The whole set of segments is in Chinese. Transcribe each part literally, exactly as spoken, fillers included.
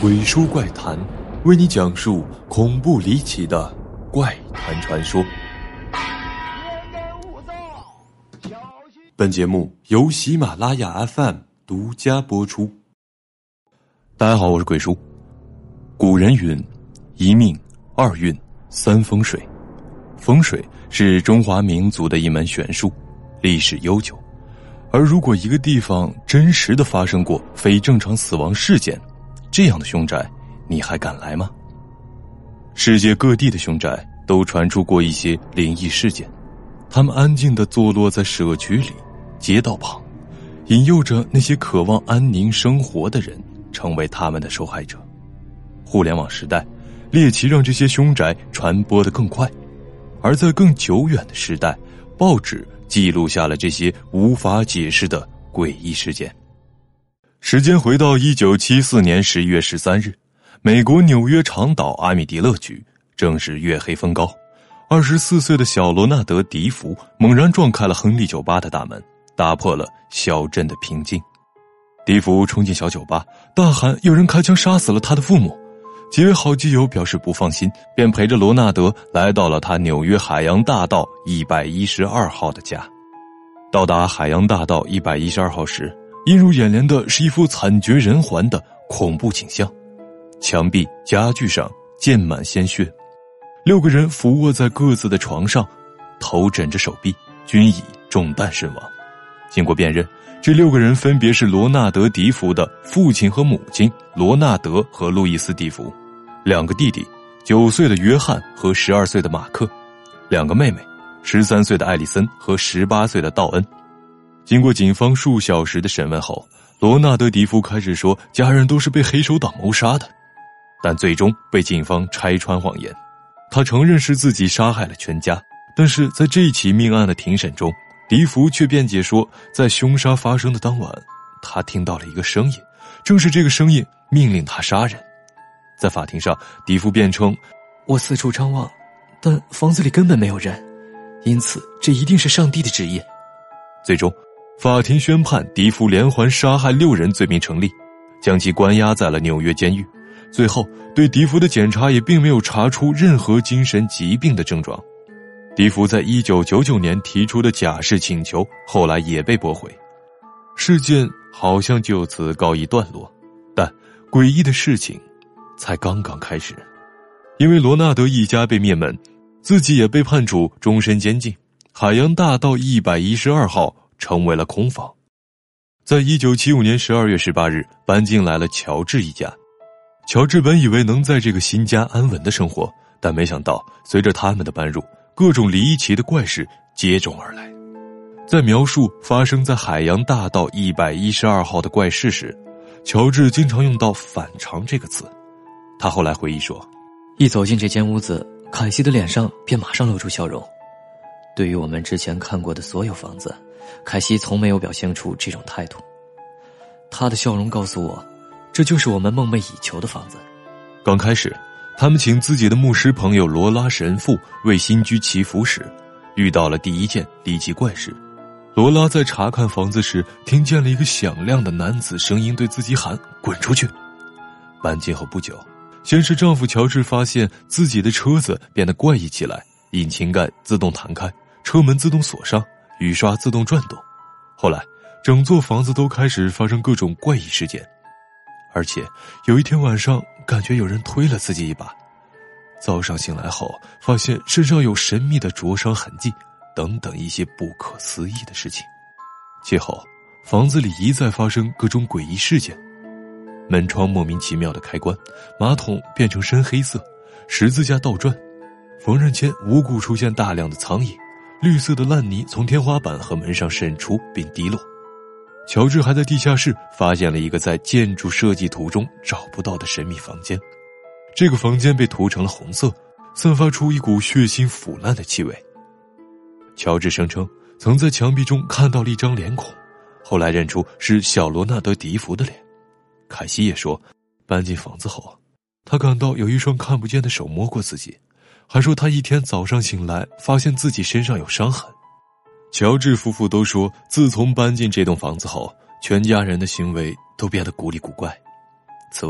鬼说怪谈，为你讲述恐怖离奇的怪谈传说。本节目由喜马拉雅 F M 独家播出。大家好，我是鬼叔。古人云：一命二运三风水。风水是中华民族的一门玄术，历史悠久。而如果一个地方真实的发生过非正常死亡事件，这样的凶宅你还敢来吗？世界各地的凶宅都传出过一些灵异事件，他们安静地坐落在社区里、街道旁，引诱着那些渴望安宁生活的人成为他们的受害者。互联网时代，猎奇让这些凶宅传播得更快，而在更久远的时代，报纸记录下了这些无法解释的诡异事件。时间回到一九七四年十一月十三日，美国纽约长岛阿米迪勒区正是月黑风高，二十四岁的小罗纳德·迪福猛然撞开了亨利酒吧的大门，打破了小镇的平静。迪福冲进小酒吧，大喊有人开枪杀死了他的父母。几位好基友表示不放心，便陪着罗纳德来到了他纽约海洋大道一百一十二号的家。到达海洋大道一百一十二号时，映入眼帘的是一幅惨绝人寰的恐怖景象。墙壁、家具上溅满鲜血，六个人俯卧在各自的床上，头枕着手臂，均已中弹身亡。经过辨认，这六个人分别是罗纳德·迪福的父亲和母亲罗纳德和路易斯·迪福，两个弟弟，九岁的约翰和十二岁的马克，两个妹妹，十三岁的艾丽森和十八岁的道恩。经过警方数小时的审问后，罗纳德·迪福开始说家人都是被黑手党谋杀的，但最终被警方拆穿谎言。他承认是自己杀害了全家，但是在这起命案的庭审中，迪福却辩解说，在凶杀发生的当晚，他听到了一个声音，正是这个声音命令他杀人。在法庭上，迪福辩称， 我四处张望，但房子里根本没有人，因此这一定是上帝的旨意。 最终法庭宣判迪福连环杀害六人罪名成立，将其关押在了纽约监狱。最后对迪福的检查也并没有查出任何精神疾病的症状。迪福在一九九九年提出的假释请求后来也被驳回，事件好像就此告一段落。但诡异的事情才刚刚开始，因为罗纳德一家被灭门，自己也被判处终身监禁，海洋大道一百一十二号成为了空房。在一九七五年十二月十八日，搬进来了乔治一家。乔治本以为能在这个新家安稳的生活，但没想到随着他们的搬入，各种离奇的怪事接踵而来。在描述发生在海洋大道一百一十二号的怪事时，乔治经常用到反常这个词。他后来回忆说， 一走进这间屋子，凯西的脸上便马上露出笑容。对于我们之前看过的所有房子，凯西从没有表现出这种态度。他的笑容告诉我，这就是我们梦寐以求的房子。 刚开始他们请自己的牧师朋友罗拉神父为新居祈福时，遇到了第一件离奇怪事。罗拉在查看房子时，听见了一个响亮的男子声音对自己喊滚出去。搬进后不久，先是丈夫乔治发现自己的车子变得怪异起来，引擎盖自动弹开，车门自动锁上，雨刷自动转动。后来整座房子都开始发生各种怪异事件，而且有一天晚上感觉有人推了自己一把，早上醒来后发现身上有神秘的灼伤痕迹，等等一些不可思议的事情。其后房子里一再发生各种诡异事件，门窗莫名其妙的开关，马桶变成深黑色，十字架倒转，缝纫间无故出现大量的苍蝇，绿色的烂泥从天花板和门上渗出并滴落。乔治还在地下室发现了一个在建筑设计图中找不到的神秘房间，这个房间被涂成了红色，散发出一股血腥腐烂的气味。乔治声称曾在墙壁中看到了一张脸孔，后来认出是小罗纳德·迪福的脸。凯西也说，搬进房子后，他感到有一双看不见的手摸过自己，还说他一天早上醒来发现自己身上有伤痕。乔治夫妇都说，自从搬进这栋房子后，全家人的行为都变得古里古怪。此外，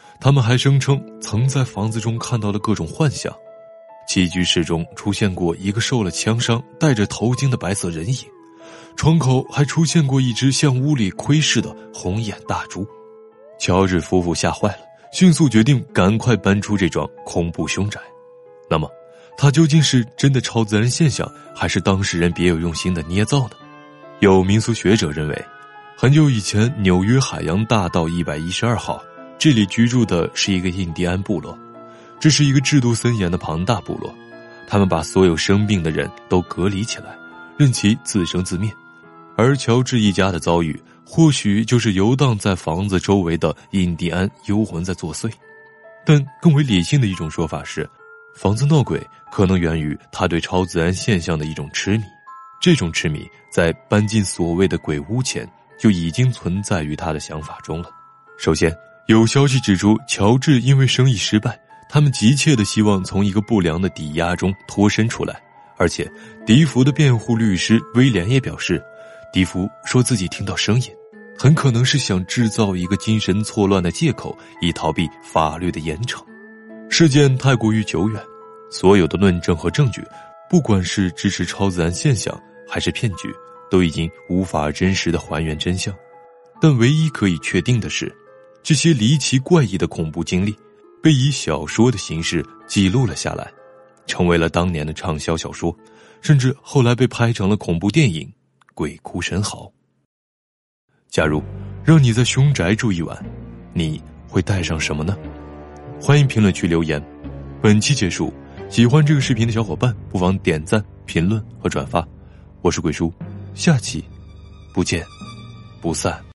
他们还声称曾在房子中看到了各种幻象，起居室中出现过一个受了枪伤、戴着头巾的白色人影，窗口还出现过一只向屋里窥视的红眼大猪。乔治夫妇吓坏了，迅速决定赶快搬出这幢恐怖凶宅。那么它究竟是真的超自然现象，还是当事人别有用心的捏造呢？有民俗学者认为，很久以前纽约海洋大道一百一十二号，这里居住的是一个印第安部落。这是一个制度森严的庞大部落，他们把所有生病的人都隔离起来，任其自生自灭。而乔治一家的遭遇，或许就是游荡在房子周围的印第安幽魂在作祟。但更为理性的一种说法是，房子闹鬼可能源于他对超自然现象的一种痴迷，这种痴迷在搬进所谓的鬼屋前就已经存在于他的想法中了。首先，有消息指出，乔治因为生意失败，他们急切地希望从一个不良的抵押中脱身出来，而且迪福的辩护律师威廉也表示，迪福说自己听到声音，很可能是想制造一个精神错乱的借口，以逃避法律的严惩。事件太过于久远，所有的论证和证据，不管是支持超自然现象还是骗局，都已经无法真实的还原真相。但唯一可以确定的是，这些离奇怪异的恐怖经历被以小说的形式记录了下来，成为了当年的畅销小说，甚至后来被拍成了恐怖电影《鬼哭神嚎》。假如让你在凶宅住一晚，你会带上什么呢？欢迎评论区留言。本期结束，喜欢这个视频的小伙伴不妨点赞、评论和转发。我是鬼叔，下期不见不散。